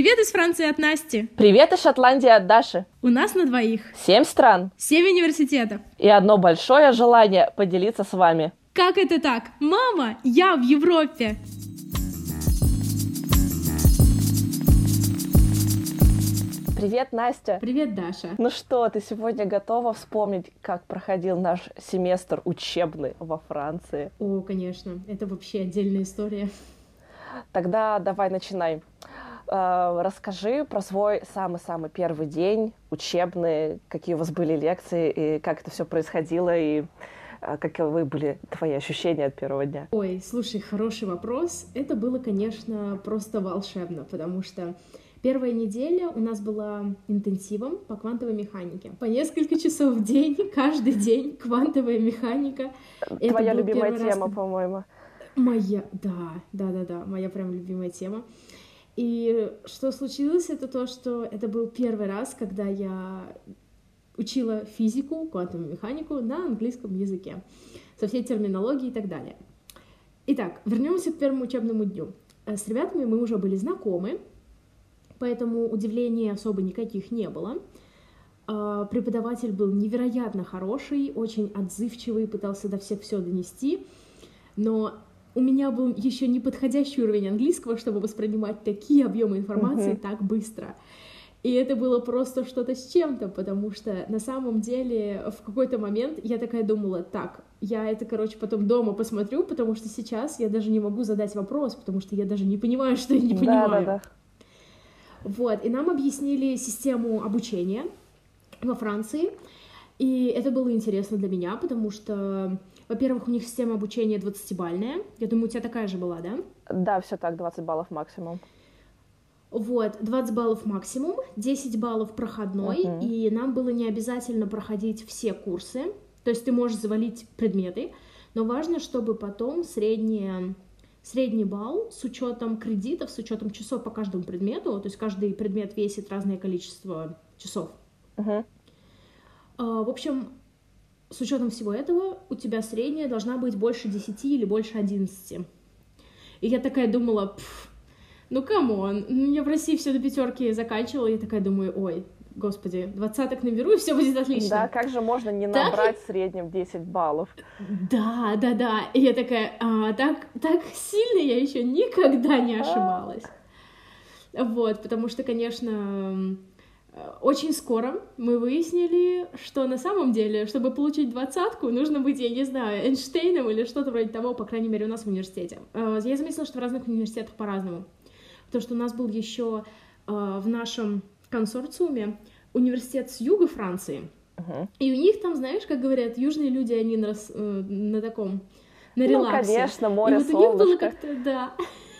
Привет из Франции от Насти. Привет из Шотландии от Даши. У нас на двоих 7 стран. 7 университетов. И одно большое желание поделиться с вами. Как это так? Мама, я в Европе! Привет, Настя. Привет, Даша. Ну что, ты сегодня готова вспомнить, как проходил наш семестр учебный во Франции? О, конечно, это вообще отдельная история. Тогда давай начинай. Расскажи про свой самый-самый первый день учебный, какие у вас были лекции, и как это все происходило, и каковы были твои ощущения от первого дня? Ой, слушай, хороший вопрос. Это было, конечно, просто волшебно, потому что первая неделя у нас была интенсивом по квантовой механике. По несколько часов в день, каждый день квантовая механика. Твоя любимая тема, по-моему. Моя, да, моя прям любимая тема. И что случилось, это то, что это был первый раз, когда я учила физику, квантовую механику на английском языке, со всей терминологией и так далее. Итак, вернемся к первому учебному дню. С ребятами мы уже были знакомы, поэтому удивлений особо никаких не было. Преподаватель был невероятно хороший, очень отзывчивый, пытался до всех все донести, но у меня был еще не подходящий уровень английского, чтобы воспринимать такие объемы информации так быстро. И это было просто что-то с чем-то, потому что на самом деле в какой-то момент я такая думала, так, я это, потом дома посмотрю, потому что сейчас я даже не могу задать вопрос, потому что я даже не понимаю, что я не понимаю. Да. Вот, и нам объяснили систему обучения во Франции, и это было интересно для меня, потому что, во-первых, у них система обучения 20-бальная. Я думаю, у тебя такая же была, да? Да, все так, 20 баллов максимум. Вот, 20 баллов максимум, 10 баллов проходной, и нам было не обязательно проходить все курсы, то есть ты можешь завалить предметы, но важно, чтобы потом средний балл с учетом кредитов, с учетом часов по каждому предмету, то есть каждый предмет весит разное количество часов. В общем, с учетом всего этого у тебя средняя должна быть больше 10 или больше 11. И я такая думала, ну камон, я в России все до пятерки заканчивала, и я такая думаю, ой, господи, 20-ок наберу, и все будет отлично. Да, как же можно не набрать в среднем 10 баллов? Да. И я такая, так сильно я еще никогда не ошибалась. Вот, потому что, конечно, очень скоро мы выяснили, что на самом деле, чтобы получить 20-ку, нужно быть, я не знаю, Эйнштейном или что-то вроде того, по крайней мере, у нас в университете. Я заметила, что в разных университетах по-разному. Потому что у нас был еще в нашем консорциуме университет с юга Франции. И у них там, знаешь, как говорят, южные люди, они на таком, на релаксе. Ну, конечно, море, и вот солнышко. У них было как-то, да.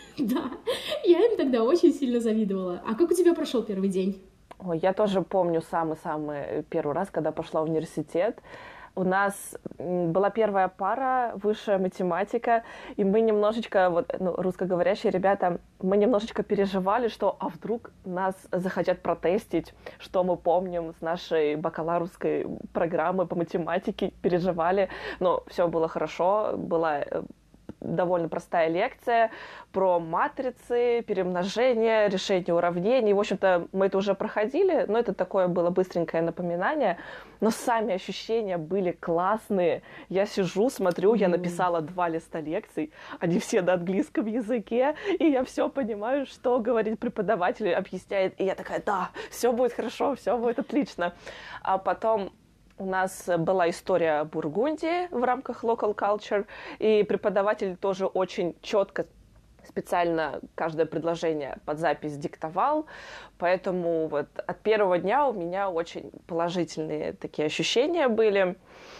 Я им тогда очень сильно завидовала. А как у тебя прошел первый день? Ой, я тоже помню самый-самый первый раз, когда пошла в университет. У нас была первая пара, высшая математика, и мы немножечко, русскоговорящие ребята, мы немножечко переживали, что вдруг нас захотят протестить, что мы помним с нашей бакалаврской программы по математике, переживали, но все было хорошо, была довольно простая лекция про матрицы, перемножение, решение уравнений. В общем-то, мы это уже проходили, но это такое было быстренькое напоминание. Но сами ощущения были классные. Я сижу, смотрю, я написала 2 листа лекций, они все на английском языке, и я все понимаю, что говорит преподаватель, объясняет. И я такая, да, все будет хорошо, все будет отлично. А потом у нас была история Бургундии в рамках Local Culture, и преподаватель тоже очень четко, специально каждое предложение под запись диктовал, поэтому вот от первого дня у меня очень положительные такие ощущения были.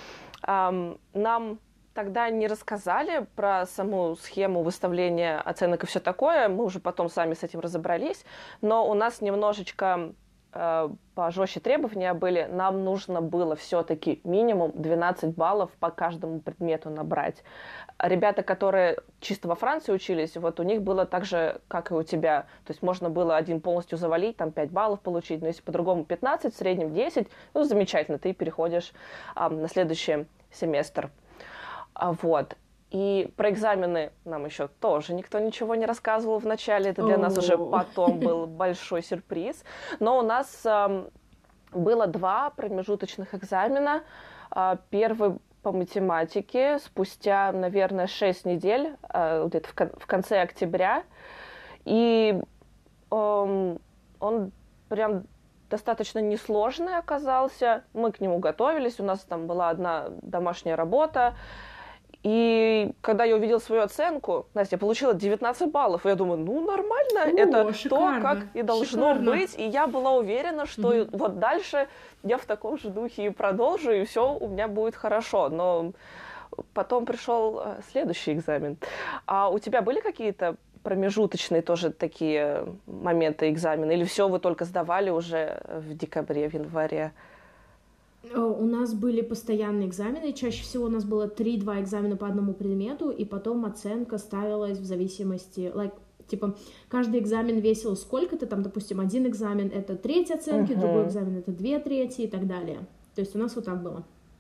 Нам тогда не рассказали про саму схему выставления оценок и все такое, мы уже потом сами с этим разобрались, но у нас немножечко пожестче требования были, нам нужно было все-таки минимум 12 баллов по каждому предмету набрать. Ребята, которые чисто во Франции учились, вот у них было так же, как и у тебя. То есть можно было один полностью завалить, там 5 баллов получить, но если по-другому 15, в среднем 10, ну замечательно, ты переходишь на следующий семестр. Вот. И про экзамены нам еще тоже никто ничего не рассказывал в начале. Это для нас уже потом был большой сюрприз. Но у нас было 2 промежуточных экзамена. Первый по математике спустя, наверное, 6 недель, где-то в конце октября. И он прям достаточно несложный оказался. Мы к нему готовились. У нас там была одна домашняя работа. И когда я увидела свою оценку, Настя, я получила 19 баллов. И я думаю, ну, нормально, это шикарно, то, как и должно быть. И я была уверена, что вот дальше я в таком же духе и продолжу, и все у меня будет хорошо. Но потом пришел следующий экзамен. А у тебя были какие-то промежуточные тоже такие моменты экзамена? Или все вы только сдавали уже в декабре, в январе? У нас были постоянные экзамены. Чаще всего у нас было 3-2 экзамена по одному предмету, и потом оценка ставилась в зависимости... Типа, каждый экзамен весил сколько-то, там, допустим, один экзамен — это треть оценки, другой экзамен — это 2/3 и так далее. То есть у нас вот так было.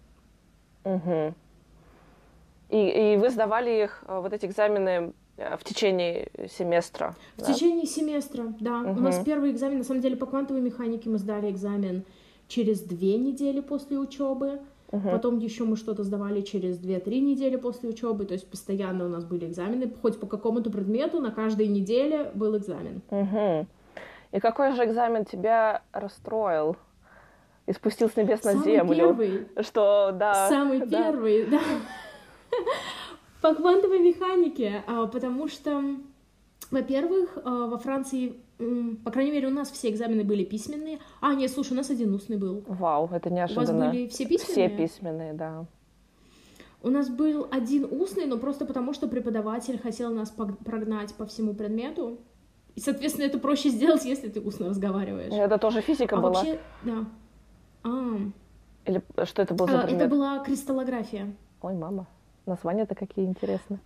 И вы сдавали их, вот эти экзамены, в течение семестра? В течение семестра, да. У нас первый экзамен, на самом деле, по квантовой механике мы сдали экзамен через 2 недели после учебы. Потом еще мы что-то сдавали через 2-3 недели после учебы. То есть постоянно у нас были экзамены. Хоть по какому-то предмету на каждой неделе был экзамен. И какой же экзамен тебя расстроил? И спустил с небес на землю? Самый первый. Что, да. Самый первый, да. По квантовой механике. Потому что, во-первых, во Франции... По крайней мере, у нас все экзамены были письменные. Нет, слушай, у нас один устный был. Вау, это неожиданно. У вас были все письменные? Все письменные, да. У нас был один устный, но просто потому, что преподаватель хотел нас прогнать по всему предмету. И, соответственно, это проще сделать, если ты устно разговариваешь. Это тоже физика была? Вообще, да. Или что это был за предмет? Это была кристаллография. Ой, мама, названия-то какие интересные.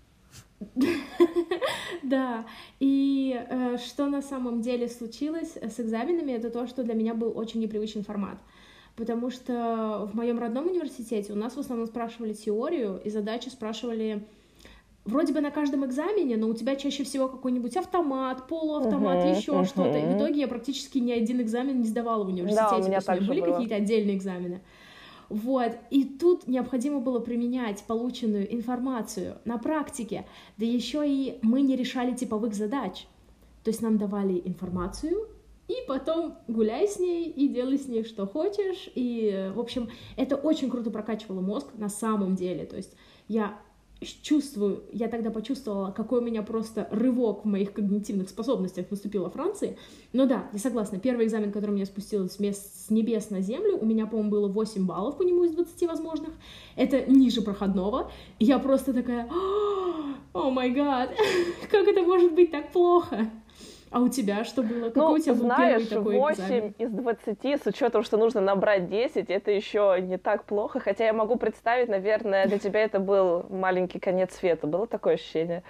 Да, и что на самом деле случилось с экзаменами, это то, что для меня был очень непривычный формат. Потому что в моем родном университете у нас в основном спрашивали теорию, и задачи спрашивали вроде бы на каждом экзамене, но у тебя чаще всего какой-нибудь автомат, полуавтомат, еще что-то. И в итоге я практически ни один экзамен не сдавала в университете. Да, у меня то есть были было. какие-то отдельные экзамены. Вот, и тут необходимо было применять полученную информацию на практике, да еще и мы не решали типовых задач. То есть нам давали информацию, и потом гуляй с ней и делай с ней что хочешь. И, в общем, это очень круто прокачивало мозг на самом деле. То есть я тогда почувствовала, какой у меня просто рывок в моих когнитивных способностях наступил во Франции. Но да, я согласна, первый экзамен, который меня спустил с небес на землю, у меня, по-моему, было 8 баллов по нему из 20 возможных. Это ниже проходного. И я просто такая, о май гад, как это может быть так плохо? А у тебя что было? Какой у тебя был первый такой 8 экзамен? из 20, с учетом, что нужно набрать 10, это еще не так плохо. Хотя я могу представить, наверное, для тебя это был маленький конец света. Было такое ощущение?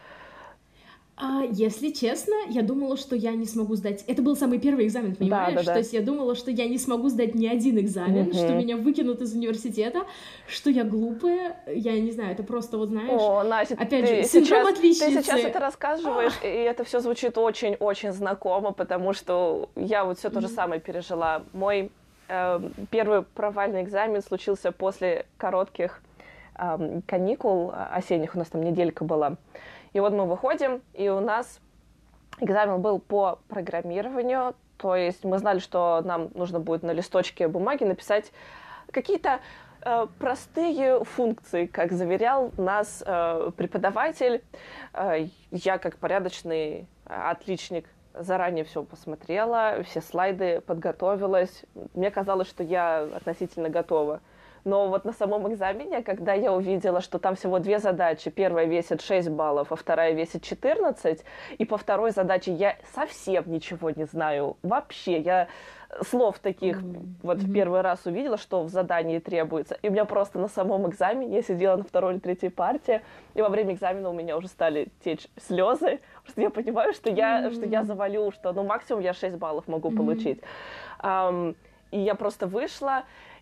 Если честно, я думала, что я не смогу сдать... Это был самый первый экзамен, понимаешь? Да. То есть я думала, что я не смогу сдать ни один экзамен, что меня выкинут из университета, что я глупая, я не знаю, это просто, вот знаешь... О, Настя, опять же, синдром отличницы. Ты сейчас это рассказываешь, и это все звучит очень-очень знакомо, потому что я вот все то же самое пережила. Мой первый провальный экзамен случился после коротких каникул осенних, у нас там неделька была. И вот мы выходим, и у нас экзамен был по программированию, то есть мы знали, что нам нужно будет на листочке бумаги написать какие-то простые функции, как заверял нас преподаватель. Я, как порядочный отличник, заранее все посмотрела, все слайды подготовилась. Мне казалось, что я относительно готова. Но вот на самом экзамене, когда я увидела, что там всего 2 задачи, первая весит 6 баллов, а вторая весит 14, и по второй задаче я совсем ничего не знаю вообще, я слов таких вот в первый раз увидела, что в задании требуется, и у меня просто на самом экзамене, я сидела на 2-й или 3-й партии, и во время экзамена у меня уже стали течь слезы, потому что я понимаю, что я завалю, что максимум я 6 баллов могу получить. И я просто вышла,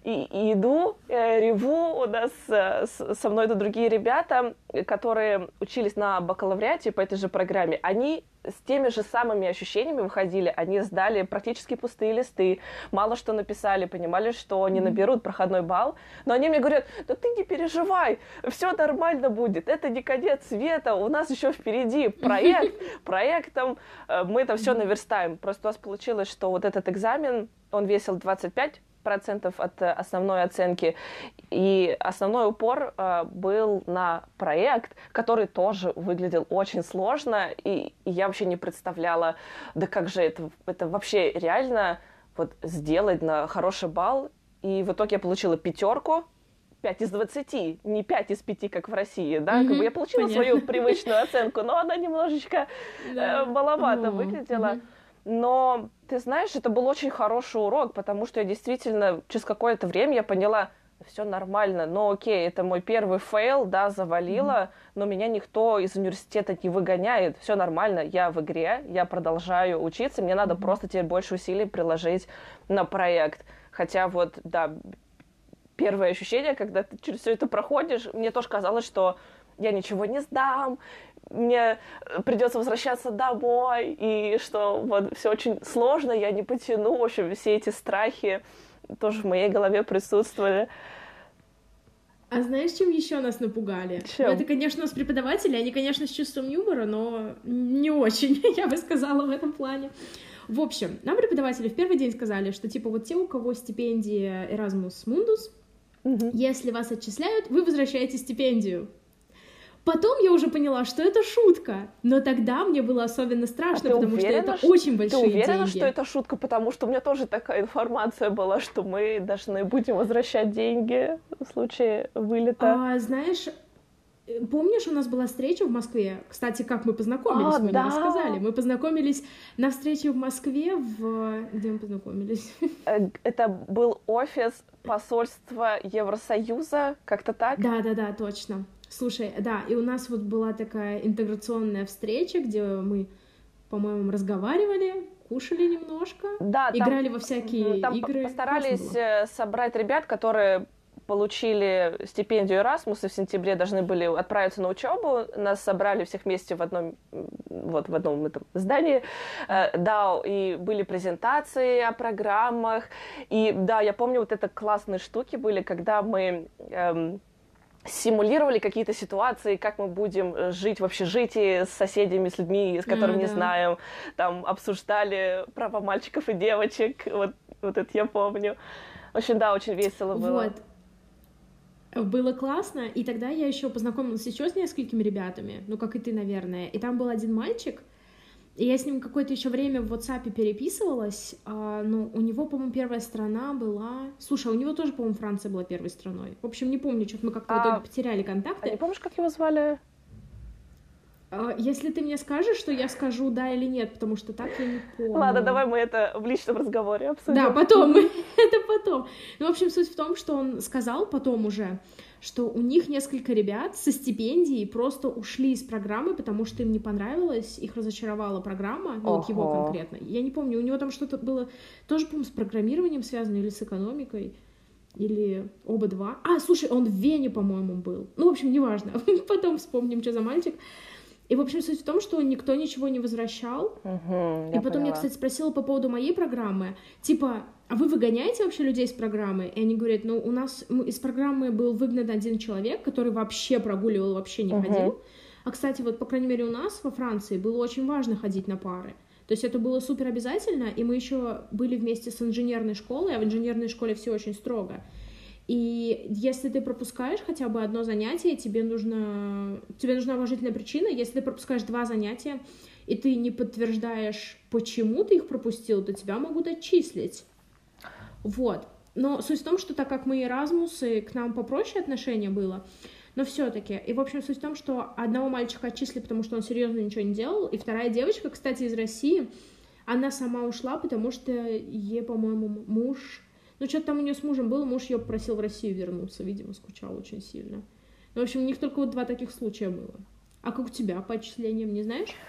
И иду, реву, у нас со мной идут другие ребята, которые учились на бакалавриате по этой же программе. Они с теми же самыми ощущениями выходили, они сдали практически пустые листы, мало что написали, понимали, что не наберут проходной балл, но они мне говорят: да ты не переживай, все нормально будет, это не конец света, у нас еще впереди проектом мы это все наверстаем. Просто у нас получилось, что вот этот экзамен, он весил 25% от основной оценки, и основной упор был на проект, который тоже выглядел очень сложно, и я вообще не представляла, да как же это вообще реально вот сделать на хороший балл, и в итоге я получила 5, 5 из 20, не 5 из 5, как в России, да, как бы я получила свою привычную оценку, но она немножечко маловато выглядела. Но, ты знаешь, это был очень хороший урок, потому что я действительно через какое-то время я поняла, все нормально, но окей, это мой первый фейл, да, завалила, но меня никто из университета не выгоняет, все нормально, я в игре, я продолжаю учиться, мне надо просто теперь больше усилий приложить на проект. Хотя вот, да, первое ощущение, когда ты через все это проходишь, мне тоже казалось, что я ничего не сдам, мне придется возвращаться домой, и что вот все очень сложно, я не потяну. В общем, все эти страхи тоже в моей голове присутствовали. А знаешь, чем еще нас напугали? Чем? Ну, это, конечно, у нас преподаватели, они, конечно, с чувством юмора, но не очень, я бы сказала, в этом плане. В общем, нам преподаватели в первый день сказали, что, типа, вот те, у кого стипендия Erasmus Mundus, если вас отчисляют, вы возвращаете стипендию. Потом я уже поняла, что это шутка, но тогда мне было особенно страшно, потому уверена, что это очень большие деньги. Ты уверена, что это шутка? Потому что у меня тоже такая информация была, что мы должны будем возвращать деньги в случае вылета. Знаешь, помнишь, у нас была встреча в Москве? Кстати, как мы познакомились, мы не рассказали. Мы познакомились на встрече в Москве. Где мы познакомились? Это был офис посольства Евросоюза, как-то так? Да, точно. Слушай, да, и у нас вот была такая интеграционная встреча, где мы, по-моему, разговаривали, кушали немножко, да, играли во всякие игры. Постарались собрать ребят, которые получили стипендию Erasmus и в сентябре должны были отправиться на учебу. Нас собрали всех вместе в одном этом здании. Да, и были презентации о программах. И да, я помню, вот это классные штуки были, когда мы симулировали какие-то ситуации, как мы будем жить в общежитии с соседями, с людьми, с которыми не знаем. Там обсуждали права мальчиков и девочек. Вот это я помню. В общем, да, очень весело было. Вот. Было классно. И тогда я еще познакомилась еще с несколькими ребятами, ну, как и ты, наверное. И там был один мальчик, и я с ним какое-то еще время в WhatsApp переписывалась, но у него, по-моему, первая страна была... Слушай, у него тоже, по-моему, Франция была первой страной. В общем, не помню, что-то мы как-то в итоге потеряли контакты. А не помнишь, как его звали? Если ты мне скажешь, что я скажу да или нет, потому что так я не помню. Ладно, давай мы это в личном разговоре обсудим. Да, потом. Это потом. Ну, в общем, суть в том, что он сказал потом уже, что у них несколько ребят со стипендией просто ушли из программы, потому что им не понравилось, их разочаровала программа, ну, вот его конкретно. Я не помню, у него там что-то было тоже, по-моему, с программированием связано или с экономикой, или оба два. Слушай, он в Вене, по-моему, был. Ну, в общем, неважно. Потом вспомним, что за мальчик. И, в общем, суть в том, что никто ничего не возвращал. И потом я, кстати, спросила по поводу моей программы, типа, а вы выгоняете вообще людей из программы? И они говорят, ну, у нас из программы был выгнан один человек, который вообще прогуливал, вообще не ходил. А, кстати, вот, по крайней мере, у нас во Франции было очень важно ходить на пары. То есть это было супер обязательно, и мы еще были вместе с инженерной школой, а в инженерной школе все очень строго. И если ты пропускаешь хотя бы одно занятие, тебе нужна уважительная причина. Если ты пропускаешь 2 занятия, и ты не подтверждаешь, почему ты их пропустил, то тебя могут отчислить. Вот. Но суть в том, что так как мы Erasmus, и к нам попроще отношение было, но все-таки. И, в общем, суть в том, что одного мальчика отчислили, потому что он серьезно ничего не делал, и вторая девочка, кстати, из России, она сама ушла, потому что ей, по-моему, муж... Ну, что-то там у нее с мужем было, муж ее попросил в Россию вернуться, видимо, скучал очень сильно. Ну, в общем, у них только вот 2 таких случая было. А как у тебя по отчислениям, не знаешь?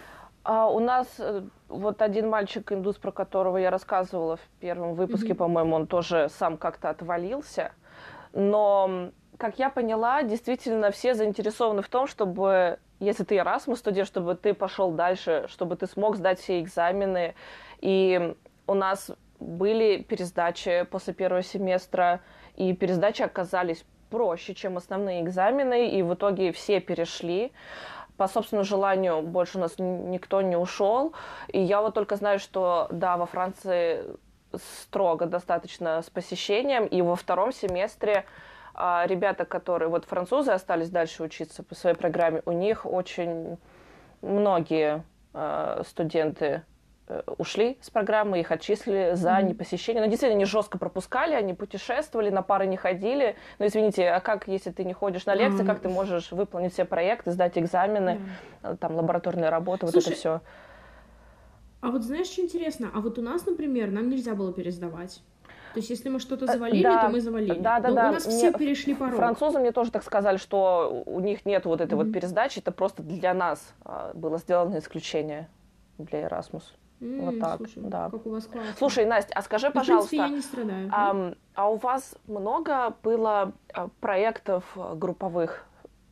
У нас вот один мальчик-индус, про которого я рассказывала в первом выпуске, по-моему, он тоже сам как-то отвалился. Но, как я поняла, действительно все заинтересованы в том, чтобы, если ты Erasmus студент, чтобы ты пошел дальше, чтобы ты смог сдать все экзамены. И у нас были пересдачи после первого семестра, и пересдачи оказались проще, чем основные экзамены, и в итоге все перешли. По собственному желанию больше у нас никто не ушел. И я вот только знаю, что, да, во Франции строго достаточно с посещением, и во втором семестре ребята, которые, вот французы остались дальше учиться по своей программе, у них очень многие студенты ушли с программы, их отчислили за непосещение. Но действительно, они жестко пропускали, они путешествовали, на пары не ходили. Но извините, а как, если ты не ходишь на лекции, как ты можешь выполнить все проекты, сдать экзамены, там, лабораторные работы, вот это все? А вот знаешь, что интересно? А вот у нас, например, нам нельзя было пересдавать. То есть, если мы что-то завалили, то мы завалили. Да. У нас все перешли порог. Французы мне тоже так сказали, что у них нет вот этой вот пересдачи. Это просто для нас было сделано исключение для Erasmus. Вот так, слушай, да. Как у вас классно. Слушай, Настя, а скажи, пожалуйста, в принципе, я не страдаю. А у вас много было проектов групповых?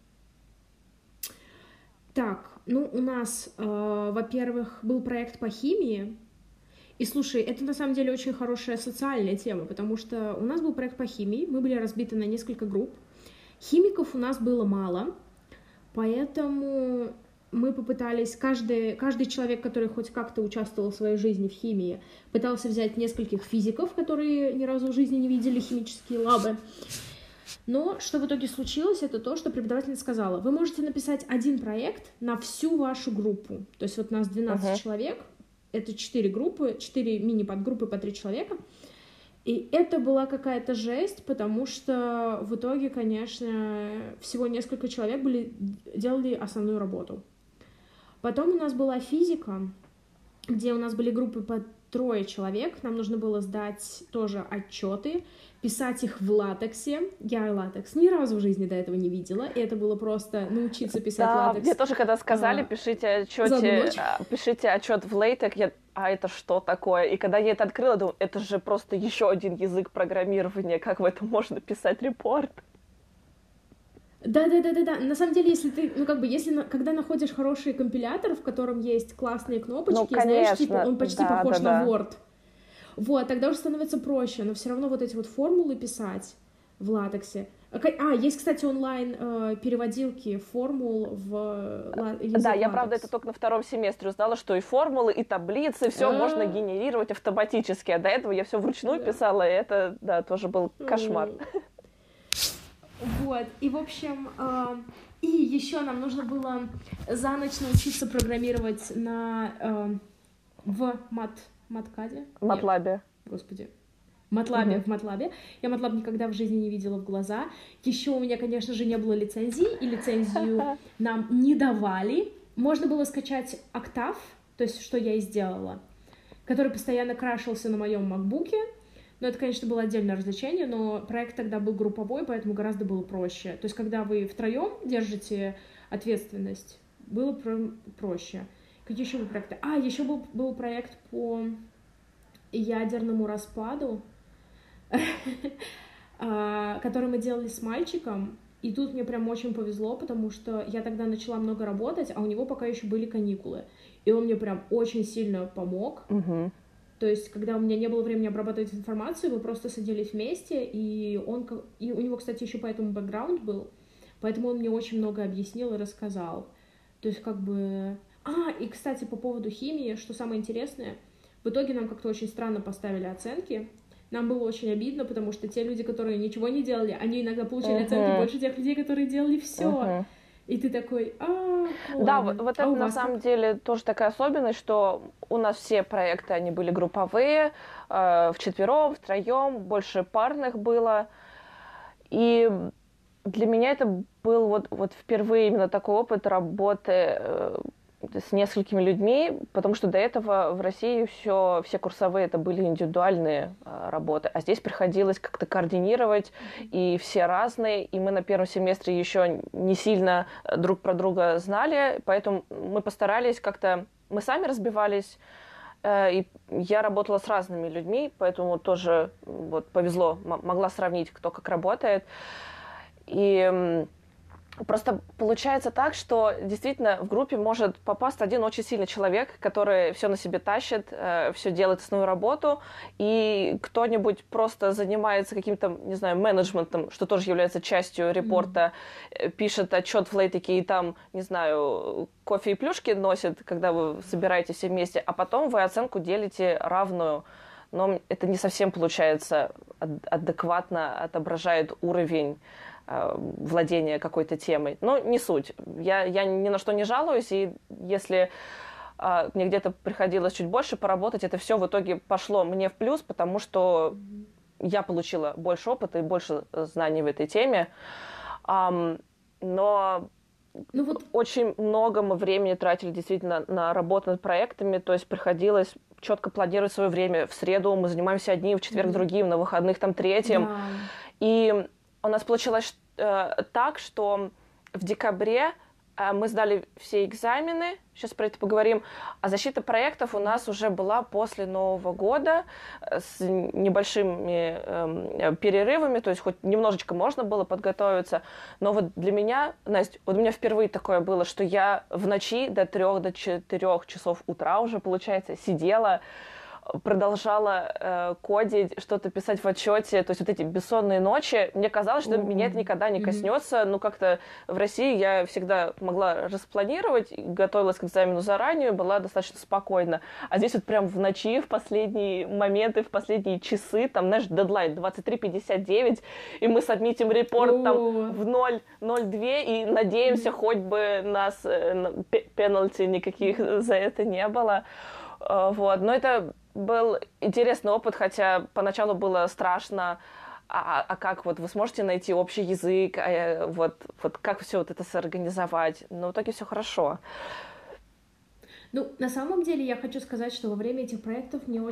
Так, у нас, во-первых, был проект по химии. И слушай, это на самом деле очень хорошая социальная тема, потому что у нас был проект по химии, мы были разбиты на несколько групп. Химиков у нас было мало, поэтому мы попытались, каждый человек, который хоть как-то участвовал в своей жизни в химии, пытался взять нескольких физиков, которые ни разу в жизни не видели химические лабы. Но что в итоге случилось, это то, что преподавательница сказала: вы можете написать один проект на всю вашу группу. То есть вот нас 12 человек, это 4 группы, 4 мини-подгруппы по 3 человека. И это была какая-то жесть, потому что в итоге, конечно, всего несколько человек делали основную работу. Потом у нас была физика, где у нас были группы по 3 человек. Нам нужно было сдать тоже отчеты, писать их в латексе. Я латекс ни разу в жизни до этого не видела, и это было просто научиться писать латекс. Мне тоже, когда сказали, пишите отчет в LaTeX, это что такое? И когда я это открыла, думаю, это же просто еще один язык программирования, как в этом можно писать репорт? Да. На самом деле, если ты, когда находишь хороший компилятор, в котором есть классные кнопочки, знаешь, типа, он почти похож на Word. Вот, тогда уже становится проще, но все равно вот эти вот формулы писать в латексе. Есть, кстати, онлайн переводилки формул в язык Да, я, латекс. правда, это только на втором семестре узнала, что и формулы, и таблицы, все можно генерировать автоматически, а до этого я все вручную писала, и это, да, тоже был кошмар. Вот, и, в общем, и еще нам нужно было за ночь научиться программировать в Маткаде? Матлабе. Господи. В Матлабе. Я Матлаб никогда в жизни не видела в глаза. Еще у меня, конечно же, не было лицензии, и лицензию нам не давали. Можно было скачать Octave, то есть, что я и сделала, который постоянно крашился на моем макбуке. Но это, конечно, было отдельное развлечение, но проект тогда был групповой, поэтому гораздо было проще. То есть, когда вы втроем держите ответственность, было проще. Какие еще были проекты? Еще был проект по ядерному распаду, который мы делали с мальчиком. И тут мне прям очень повезло, потому что я тогда начала много работать, а у него пока еще были каникулы. И он мне прям очень сильно помог. То есть, когда у меня не было времени обрабатывать информацию, мы просто садились вместе, и у него, кстати, еще поэтому бэкграунд был, поэтому он мне очень много объяснил и рассказал. То есть, и, кстати, по поводу химии, что самое интересное, в итоге нам как-то очень странно поставили оценки. Нам было очень обидно, потому что те люди, которые ничего не делали, они иногда получили оценки больше тех людей, которые делали все. И ты такой, Да, вот это на самом деле тоже такая особенность, что у нас все проекты, они были групповые, вчетвером, втроем, больше парных было. И для меня это был вот впервые именно такой опыт работы с несколькими людьми, потому что до этого в России все курсовые это были индивидуальные работы, а здесь приходилось как-то координировать, и все разные, и мы на первом семестре еще не сильно друг про друга знали, поэтому мы постарались как-то мы сами разбивались, и я работала с разными людьми, поэтому тоже вот повезло, могла сравнить, кто как работает. И просто получается так, что действительно в группе может попасть один очень сильный человек, который все на себе тащит, все делает основную работу, и кто-нибудь просто занимается каким-то, не знаю, менеджментом, что тоже является частью репорта, пишет отчет в Лейтеке и там, не знаю, кофе и плюшки носит, когда вы собираетесь все вместе, а потом вы оценку делите равную. Но это не совсем получается адекватно отображает уровень владения какой-то темой. Но не суть. Я ни на что не жалуюсь, и если мне где-то приходилось чуть больше поработать, это все в итоге пошло мне в плюс, потому что я получила больше опыта и больше знаний в этой теме. Но очень много мы времени тратили действительно на работу над проектами, то есть приходилось четко планировать свое время. В среду мы занимаемся одним, в четверг другим, на выходных там третьим. Да. И у нас получилось так, что в декабре мы сдали все экзамены, сейчас про это поговорим, а защита проектов у нас уже была после Нового года с небольшими перерывами, то есть хоть немножечко можно было подготовиться, но вот для меня, Настя, вот у меня впервые такое было, что я в ночи до 3-4 часов утра уже, получается, сидела, продолжала кодить, что-то писать в отчете, то есть вот эти бессонные ночи, мне казалось, что меня это никогда не коснется, но как-то в России я всегда могла распланировать, готовилась к экзамену заранее, была достаточно спокойна, а здесь вот прям в ночи, в последние моменты, в последние часы, там, знаешь, дедлайн 23:59, и мы сабмитим репорт там в 0:02 и надеемся, хоть бы нас пенальти никаких за это не было. Вот. Но это был интересный опыт, хотя поначалу было страшно, а как вот вы сможете найти общий язык, вот как все вот это сорганизовать, но в итоге все хорошо. Ну, на самом деле я хочу сказать, что во время этих проектов у меня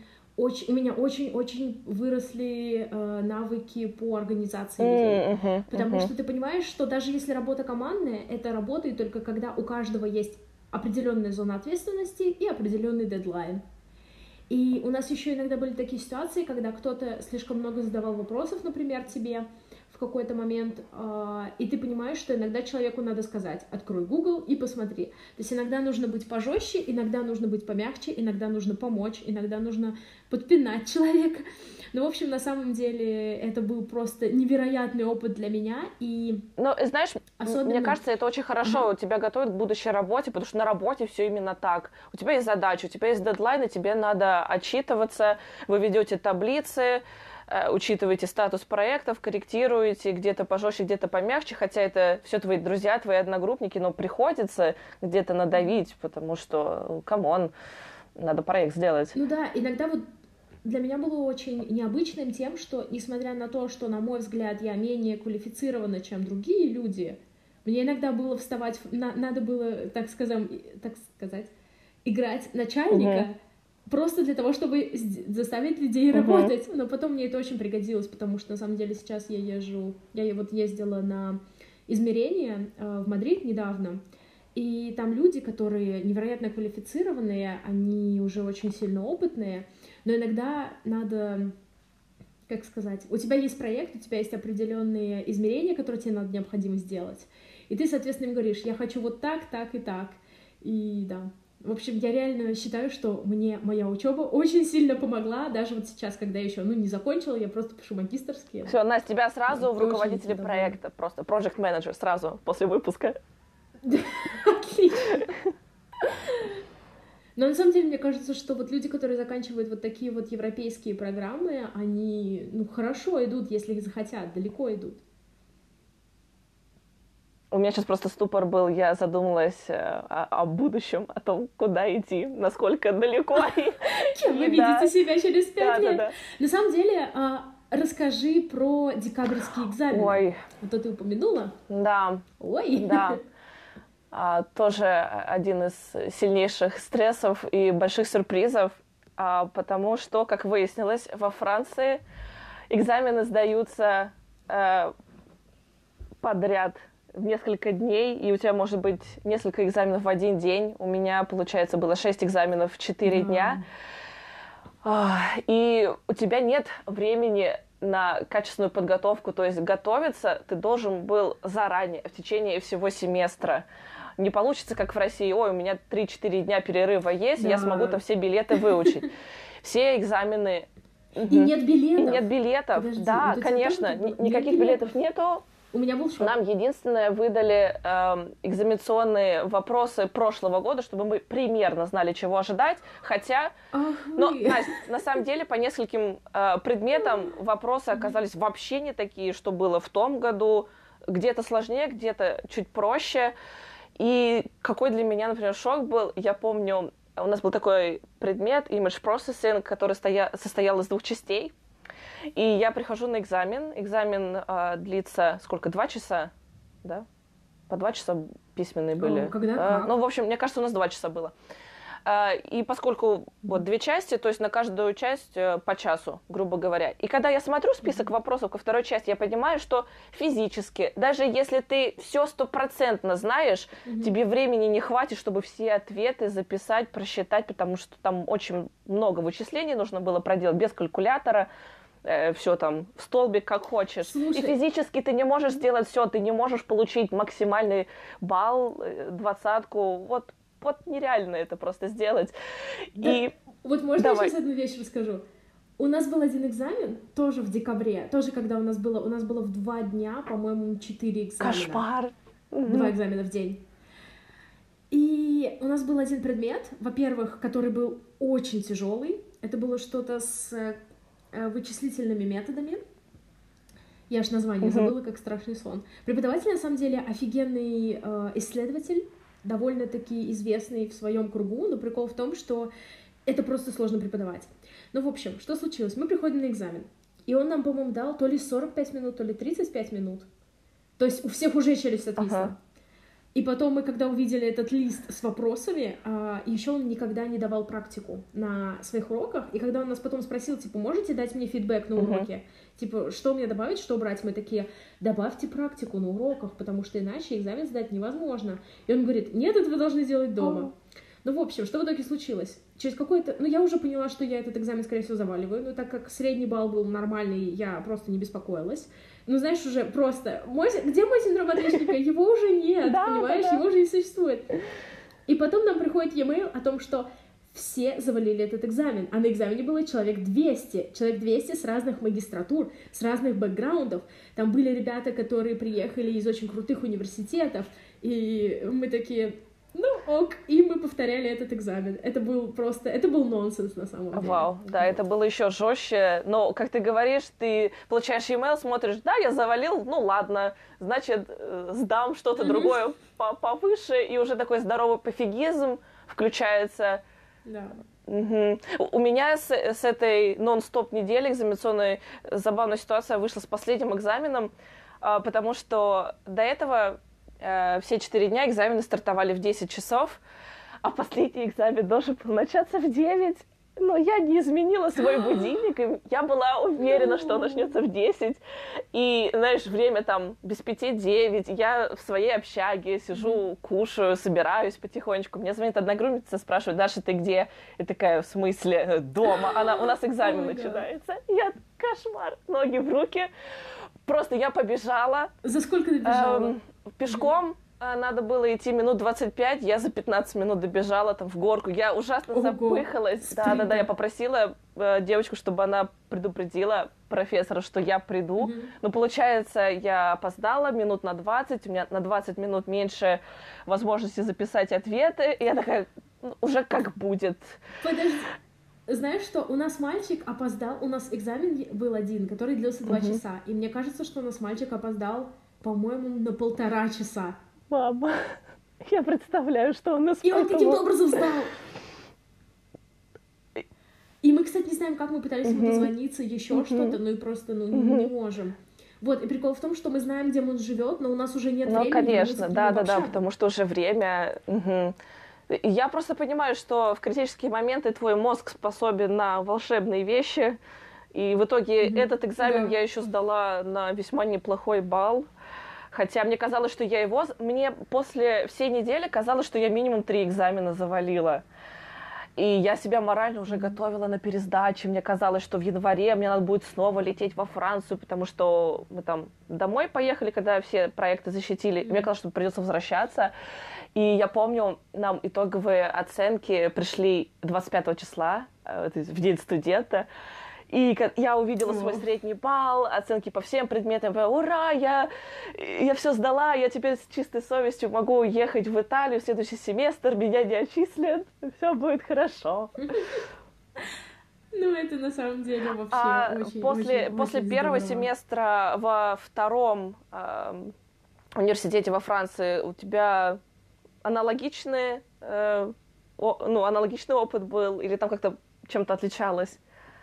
очень выросли навыки по организации людей. Потому что ты понимаешь, что даже если работа командная, это работает только когда у каждого есть определенная зона ответственности и определенный дедлайн. И у нас еще иногда были такие ситуации, когда кто-то слишком много задавал вопросов, например, тебе в какой-то момент, и ты понимаешь, что иногда человеку надо сказать: открой Google и посмотри. То есть иногда нужно быть пожестче, иногда нужно быть помягче, иногда нужно помочь, иногда нужно подпинать человека. Ну, в общем, на самом деле, это был просто невероятный опыт для меня, и... Ну, знаешь, мне кажется, это очень хорошо, тебя готовят к будущей работе, потому что на работе все именно так. У тебя есть задача, у тебя есть дедлайны, тебе надо отчитываться, вы ведете таблицы, учитываете статус проектов, корректируете, где-то пожестче, где-то помягче, хотя это все твои друзья, твои одногруппники, но приходится где-то надавить, потому что, камон, надо проект сделать. Ну да, иногда вот для меня было очень необычным тем, что, несмотря на то, что, на мой взгляд, я менее квалифицирована, чем другие люди, мне иногда было вставать, надо было, так сказать, играть начальника, просто для того, чтобы заставить людей работать. Но потом мне это очень пригодилось, потому что, на самом деле, сейчас я ездила на измерения в Мадрид недавно, и там люди, которые невероятно квалифицированные, они уже очень сильно опытные, но иногда надо, как сказать, у тебя есть проект, у тебя есть определенные измерения, которые тебе надо необходимо сделать, и ты, соответственно, им говоришь: я хочу вот так, так и так. И да, в общем, я реально считаю, что мне моя учеба очень сильно помогла, даже вот сейчас, когда я еще, не закончила, я просто пишу магистерские. Все, Настя, тебя сразу в руководителе проекта, просто project manager сразу после выпуска. Отлично. Но на самом деле, мне кажется, что вот люди, которые заканчивают вот такие вот европейские программы, они, хорошо идут, если их захотят, далеко идут. У меня сейчас просто ступор был, я задумалась о будущем, о том, куда идти, насколько далеко. Кем вы видите себя через 5 лет? Да. На самом деле, расскажи про декабрьские экзамены. Ой. Вот это ты упомянула? Да. Ой. Да. Тоже один из сильнейших стрессов и больших сюрпризов, потому что, как выяснилось, во Франции экзамены сдаются подряд в несколько дней, и у тебя может быть несколько экзаменов в один день. У меня, получается, было 6 экзаменов в 4 дня. И у тебя нет времени на качественную подготовку, то есть готовиться ты должен был заранее, в течение всего семестра. Не получится, как в России, ой, у меня 3-4 дня перерыва есть, я смогу там все билеты выучить. Все экзамены... И нет билетов. И нет билетов, Подожди, да, конечно, никаких билетов нету. У меня был шок. Нам единственное выдали экзаменационные вопросы прошлого года, чтобы мы примерно знали, чего ожидать. Хотя, но, Настя, на самом деле, по нескольким предметам вопросы оказались вообще не такие, что было в том году. Где-то сложнее, где-то чуть проще. И какой для меня, например, шок был, я помню, у нас был такой предмет, image processing, который состоял из 2 частей. И я прихожу на экзамен. Экзамен длится сколько? 2 часа? Да? По 2 часа письменные были. Когда? Ну, в общем, мне кажется, у нас 2 часа было. И поскольку вот 2 части, то есть на каждую часть по часу, грубо говоря. И когда я смотрю список вопросов ко второй части, я понимаю, что физически, даже если ты все 100% знаешь, тебе времени не хватит, чтобы все ответы записать, просчитать, потому что там очень много вычислений нужно было проделать без калькулятора. Все там в столбик, как хочешь. Слушай. И физически ты не можешь сделать все, ты не можешь получить максимальный балл, 20-ку. Вот нереально это просто сделать. Да. И вот можно Давай. я сейчас одну вещь расскажу? У нас был один экзамен, тоже в декабре, тоже когда у нас было в 2 дня, по-моему, 4 экзамена. Кошмар! 2 экзамена в день. И у нас был один предмет, во-первых, который был очень тяжелый. Это было что-то с вычислительными методами. Я аж название забыла, как страшный сон. Преподаватель, на самом деле, офигенный исследователь, довольно-таки известный в своем кругу, но прикол в том, что это просто сложно преподавать. Ну, в общем, что случилось? Мы приходим на экзамен, и он нам, по-моему, дал то ли 45 минут, то ли 35 минут. То есть у всех уже челюсть отвисла. И потом мы, когда увидели этот лист с вопросами, еще он никогда не давал практику на своих уроках, и когда он нас потом спросил, типа, можете дать мне фидбэк на уроке? Типа, что мне добавить, что убрать? Мы такие, добавьте практику на уроках, потому что иначе экзамен сдать невозможно. И он говорит, нет, это вы должны делать дома. Ну, в общем, что в итоге случилось? Через какое-то... Ну, я уже поняла, что я этот экзамен, скорее всего, заваливаю, но так как средний балл был нормальный, я просто не беспокоилась. Ну, знаешь, уже просто... Где мой синдром отличника? Его уже нет, понимаешь? Его уже не существует. И потом нам приходит e-mail о том, что все завалили этот экзамен, а на экзамене было человек 200. Человек 200 с разных магистратур, с разных бэкграундов. Там были ребята, которые приехали из очень крутых университетов, и мы такие... Ну, ок, и мы повторяли этот экзамен. Это был нонсенс на самом деле. Вау, да, это было еще жестче. Но, как ты говоришь, ты получаешь e-mail, смотришь, да, я завалил, ну ладно, значит, сдам что-то другое повыше, и уже такой здоровый пофигизм включается. Да. У меня с этой нон-стоп недели экзаменационной забавная ситуация вышла с последним экзаменом, потому что до этого все 4 дня экзамены стартовали в 10 часов, а последний экзамен должен был начаться в 9. Но я не изменила свой будильник, и я была уверена, что он начнется в 10. И, знаешь, время там без 5-9, я в своей общаге сижу, кушаю, собираюсь потихонечку. Мне звонит одногруппница, спрашивает, Даша, ты где? И такая, в смысле, дома? У нас экзамен начинается. Я, кошмар, ноги в руки. Просто я побежала. За сколько ты бежала? Пешком. Надо было идти минут 25, я за 15 минут добежала там в горку. Я ужасно запыхалась. Да, я попросила девочку, чтобы она предупредила профессора, что я приду. Но получается, я опоздала минут на 20, у меня на 20 минут меньше возможности записать ответы. И я такая, уже как будет. Подожди. Знаешь что, у нас мальчик опоздал, у нас экзамен был один, который длился 2 часа. И мне кажется, что у нас мальчик опоздал, по-моему, на 1,5 часа. Мама, я представляю, что он испытывал. И он каким-то образом сдал. И мы, кстати, не знаем, как мы пытались ему дозвониться, еще что-то, ну и просто, не можем. Вот, и прикол в том, что мы знаем, где он живет, но у нас уже нет времени. Ну, конечно, да, потому что уже время... Я просто понимаю, что в критические моменты твой мозг способен на волшебные вещи, и в итоге этот экзамен я еще сдала на весьма неплохой балл. Хотя мне казалось, что я его... Мне после всей недели казалось, что я минимум 3 экзамена завалила. И я себя морально уже готовила на пересдачу. Мне казалось, что в январе мне надо будет снова лететь во Францию, потому что мы там домой поехали, когда все проекты защитили. Мне казалось, что придется возвращаться. И я помню, нам итоговые оценки пришли 25 числа, в день студента. И я увидела свой средний балл, оценки по всем предметам. Ура, я все сдала, я теперь с чистой совестью могу ехать в Италию в следующий семестр, меня не отчислят, все будет хорошо. Ну, это на самом деле вообще очень После первого семестра во втором университете во Франции у тебя аналогичный опыт был, или там как-то чем-то отличалось?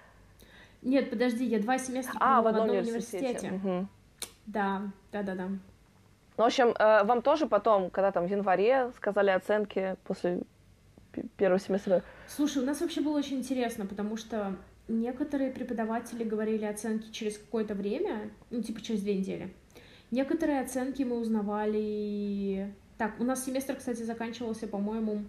Нет, подожди, я 2 семестра была в одном университете. Угу. Да. Ну, в общем, вам тоже потом, когда там в январе сказали оценки после первого семестра? Слушай, у нас вообще было очень интересно, потому что некоторые преподаватели говорили оценки через какое-то время, ну, типа через 2 недели. Некоторые оценки мы узнавали... Так, у нас семестр, кстати, заканчивался, по-моему,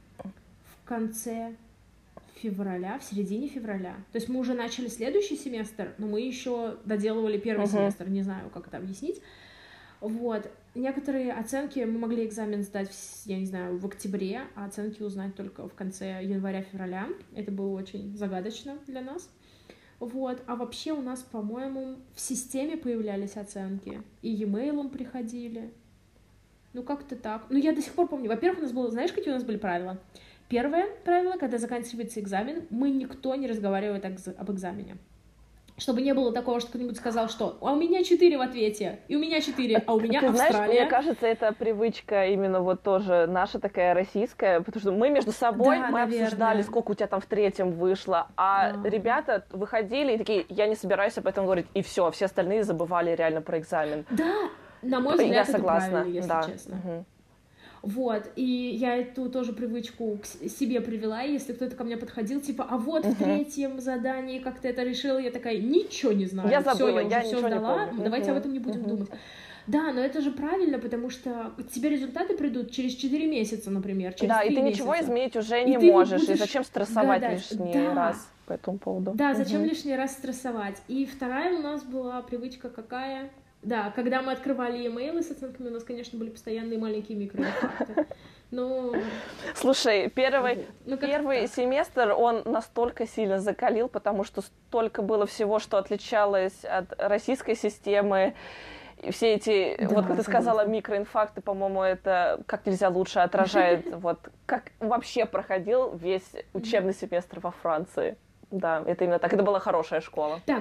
в конце... февраля, в середине февраля. То есть мы уже начали следующий семестр, но мы еще доделывали первый семестр, не знаю, как это объяснить. Вот. Некоторые оценки мы могли экзамен сдать, я не знаю, в октябре, а оценки узнать только в конце января-февраля. Это было очень загадочно для нас. Вот. А вообще у нас, по-моему, в системе появлялись оценки, и e-mail'ом приходили. Ну, как-то так. Ну, я до сих пор помню. Во-первых, у нас было, знаешь, какие у нас были правила? Первое правило, когда заканчивается экзамен, мы никто не разговаривает об экзамене. Чтобы не было такого, что кто-нибудь сказал, что «а у меня 4 в ответе», и «у меня 4, а у меня Ты Австралия». Знаешь, мне кажется, это привычка именно вот тоже наша такая российская, потому что мы между собой, мы обсуждали, сколько у тебя там в 3-м вышло, а ребята выходили и такие «я не собираюсь об этом говорить», и все остальные забывали реально про экзамен. Да, на мой взгляд, я это согласна, правильно, если честно. Угу. Вот, и я эту тоже привычку к себе привела, и если кто-то ко мне подходил, типа, а вот в 3-м задании как ты это решила, я такая, ничего не знаю, я забыла, я уже все сдала, давайте об этом не будем думать. Да, но это же правильно, потому что тебе результаты придут через 4 месяца, например, через 3 месяца. Да, и ты ничего изменить уже не можешь, и зачем стрессовать лишний раз по этому поводу? Да, зачем лишний раз стрессовать? И вторая у нас была привычка какая... Да, когда мы открывали e-mail с оценками, у нас, конечно, были постоянные маленькие микроинфаркты. Но... Слушай, первый семестр, он настолько сильно закалил, потому что столько было всего, что отличалось от российской системы. И все эти, вот как ты сказала, микроинфаркты, по-моему, это как нельзя лучше отражает, вот как вообще проходил весь учебный семестр во Франции. Да, это именно так. Это была хорошая школа. Так.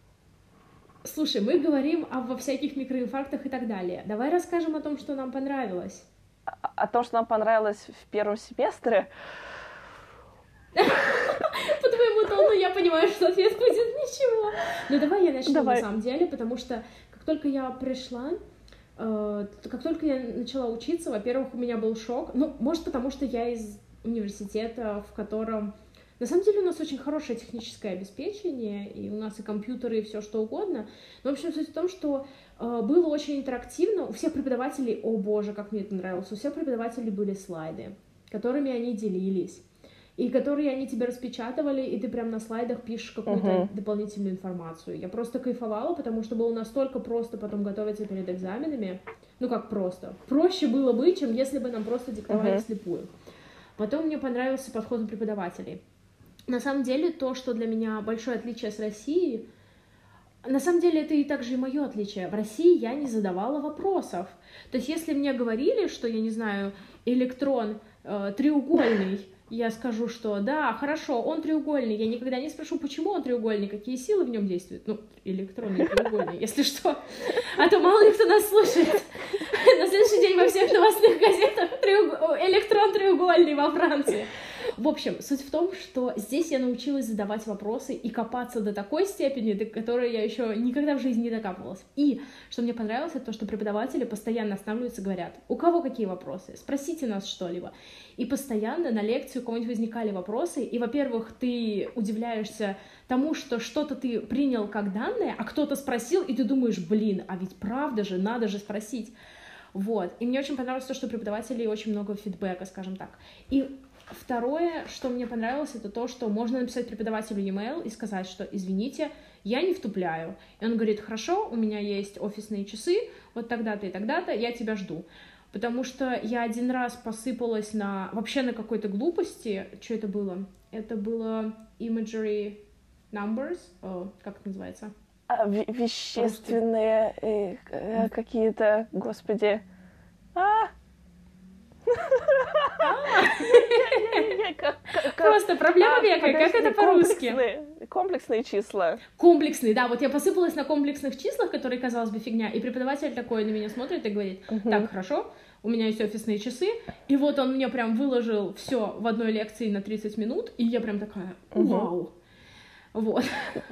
Слушай, мы говорим во всяких микроинфарктах и так далее. Давай расскажем о том, что нам понравилось. О том, что нам понравилось в первом семестре? По твоему тону я понимаю, что ответ будет ничего. Ну давай я начну на самом деле, потому что как только я пришла, как только я начала учиться, во-первых, у меня был шок. Ну, может, потому что я из университета, в котором... На самом деле у нас очень хорошее техническое обеспечение, и у нас и компьютеры, и все что угодно. Но, в общем, суть в том, что было очень интерактивно. У всех преподавателей, о боже, как мне это нравилось, у всех преподавателей были слайды, которыми они делились, и которые они тебе распечатывали, и ты прям на слайдах пишешь какую-то дополнительную информацию. Я просто кайфовала, потому что было настолько просто потом готовиться перед экзаменами. Ну, как просто. Проще было бы, чем если бы нам просто диктовали вслепую. Потом мне понравился подход у преподавателей. На самом деле, то, что для меня большое отличие с Россией, на самом деле, это и также и мое отличие. В России я не задавала вопросов. То есть, если мне говорили, что, я не знаю, электрон треугольный, я скажу, что да, хорошо, он треугольный. Я никогда не спрошу, почему он треугольный, какие силы в нем действуют. Ну, электрон не треугольный, если что. А то мало ли кто нас слушает. На следующий день во всех новостных газетах электрон треугольный во Франции. В общем, суть в том, что здесь я научилась задавать вопросы и копаться до такой степени, до которой я еще никогда в жизни не докапывалась. И что мне понравилось, это то, что преподаватели постоянно останавливаются и говорят: у кого какие вопросы? Спросите нас что-либо. И постоянно на лекции у кого-нибудь возникали вопросы, и, во-первых, ты удивляешься тому, что что-то ты принял как данное, а кто-то спросил, и ты думаешь: блин, а ведь правда же, надо же спросить. Вот. И мне очень понравилось то, что у преподавателей очень много фидбэка, скажем так. И второе, что мне понравилось, это то, что можно написать преподавателю e-mail и сказать, что извините, я не втупляю. И он говорит: хорошо, у меня есть офисные часы, вот тогда-то и тогда-то, я тебя жду. Потому что я один раз посыпалась вообще на какой-то глупости. Что это было? Это было imagery numbers, как это называется? Вещественные какие-то, господи. Просто проблема века, как это по-русски? Комплексные числа. Комплексные, да, вот я посыпалась на комплексных числах, которые, казалось бы, фигня, и преподаватель такой на меня смотрит и говорит: так, хорошо, у меня есть офисные часы, и вот он мне прям выложил все в одной лекции на 30 минут, и я прям такая: вау, вот.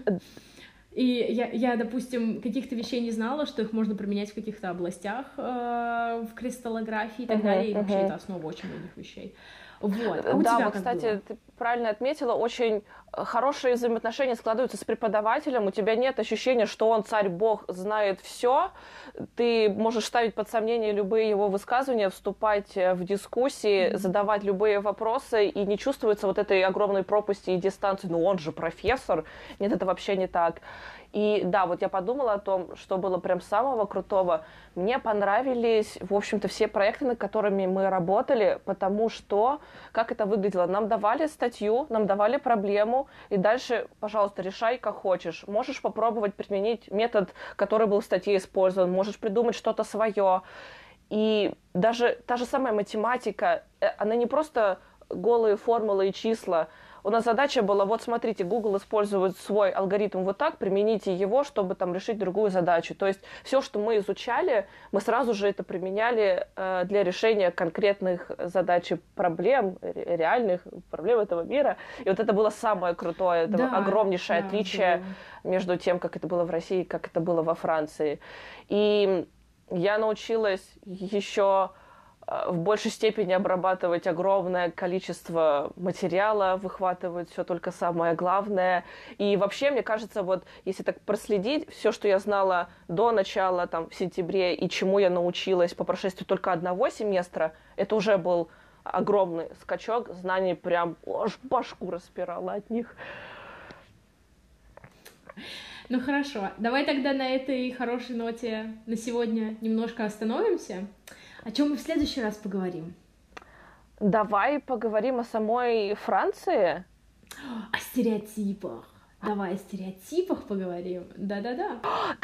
И я, допустим, каких-то вещей не знала, что их можно применять в каких-то областях, в кристаллографии и так далее, и вообще это основа очень многих вещей. Вот. А у тебя как кстати, было? ты правильно отметила, очень хорошие взаимоотношения складываются с преподавателем, у тебя нет ощущения, что он царь-бог, знает все, ты можешь ставить под сомнение любые его высказывания, вступать в дискуссии, задавать любые вопросы, и не чувствуется вот этой огромной пропасти и дистанции: ну он же профессор. Нет, это вообще не так. И да, вот я подумала о том, что было прям самого крутого. Мне понравились, в общем-то, все проекты, над которыми мы работали, потому что, как это выглядело, нам давали статью, нам давали проблему, и дальше, пожалуйста, решай, как хочешь. Можешь попробовать применить метод, который был в статье использован, можешь придумать что-то свое. И даже та же самая математика, она не просто голые формулы и числа. У нас задача была: вот смотрите, Google использует свой алгоритм вот так, примените его, чтобы там решить другую задачу. То есть все, что мы изучали, мы сразу же это применяли для решения конкретных задач и проблем, реальных проблем этого мира. И вот это было самое крутое, это огромнейшее отличие между тем, как это было в России и как это было во Франции. И я научилась еще в большей степени обрабатывать огромное количество материала, выхватывать все только самое главное. И вообще, мне кажется, вот если так проследить, все, что я знала до начала, там, в сентябре, и чему я научилась по прошествии только одного семестра, это уже был огромный скачок знаний, прям аж башку распирала от них. Ну хорошо, давай тогда на этой хорошей ноте на сегодня немножко остановимся. О чем мы в следующий раз поговорим? Давай поговорим о самой Франции. О стереотипах. Давай о стереотипах поговорим. Да-да-да.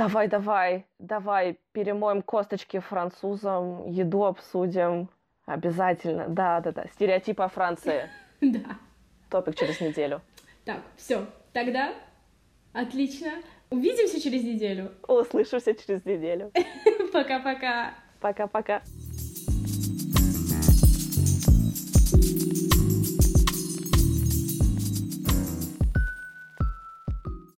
Давай перемоем косточки французам, еду обсудим. Обязательно. Да. Стереотипы о Франции. Да. Топик через неделю. Так, все. Тогда отлично. Увидимся через неделю. Услышимся через неделю. Пока-пока. Пока-пока.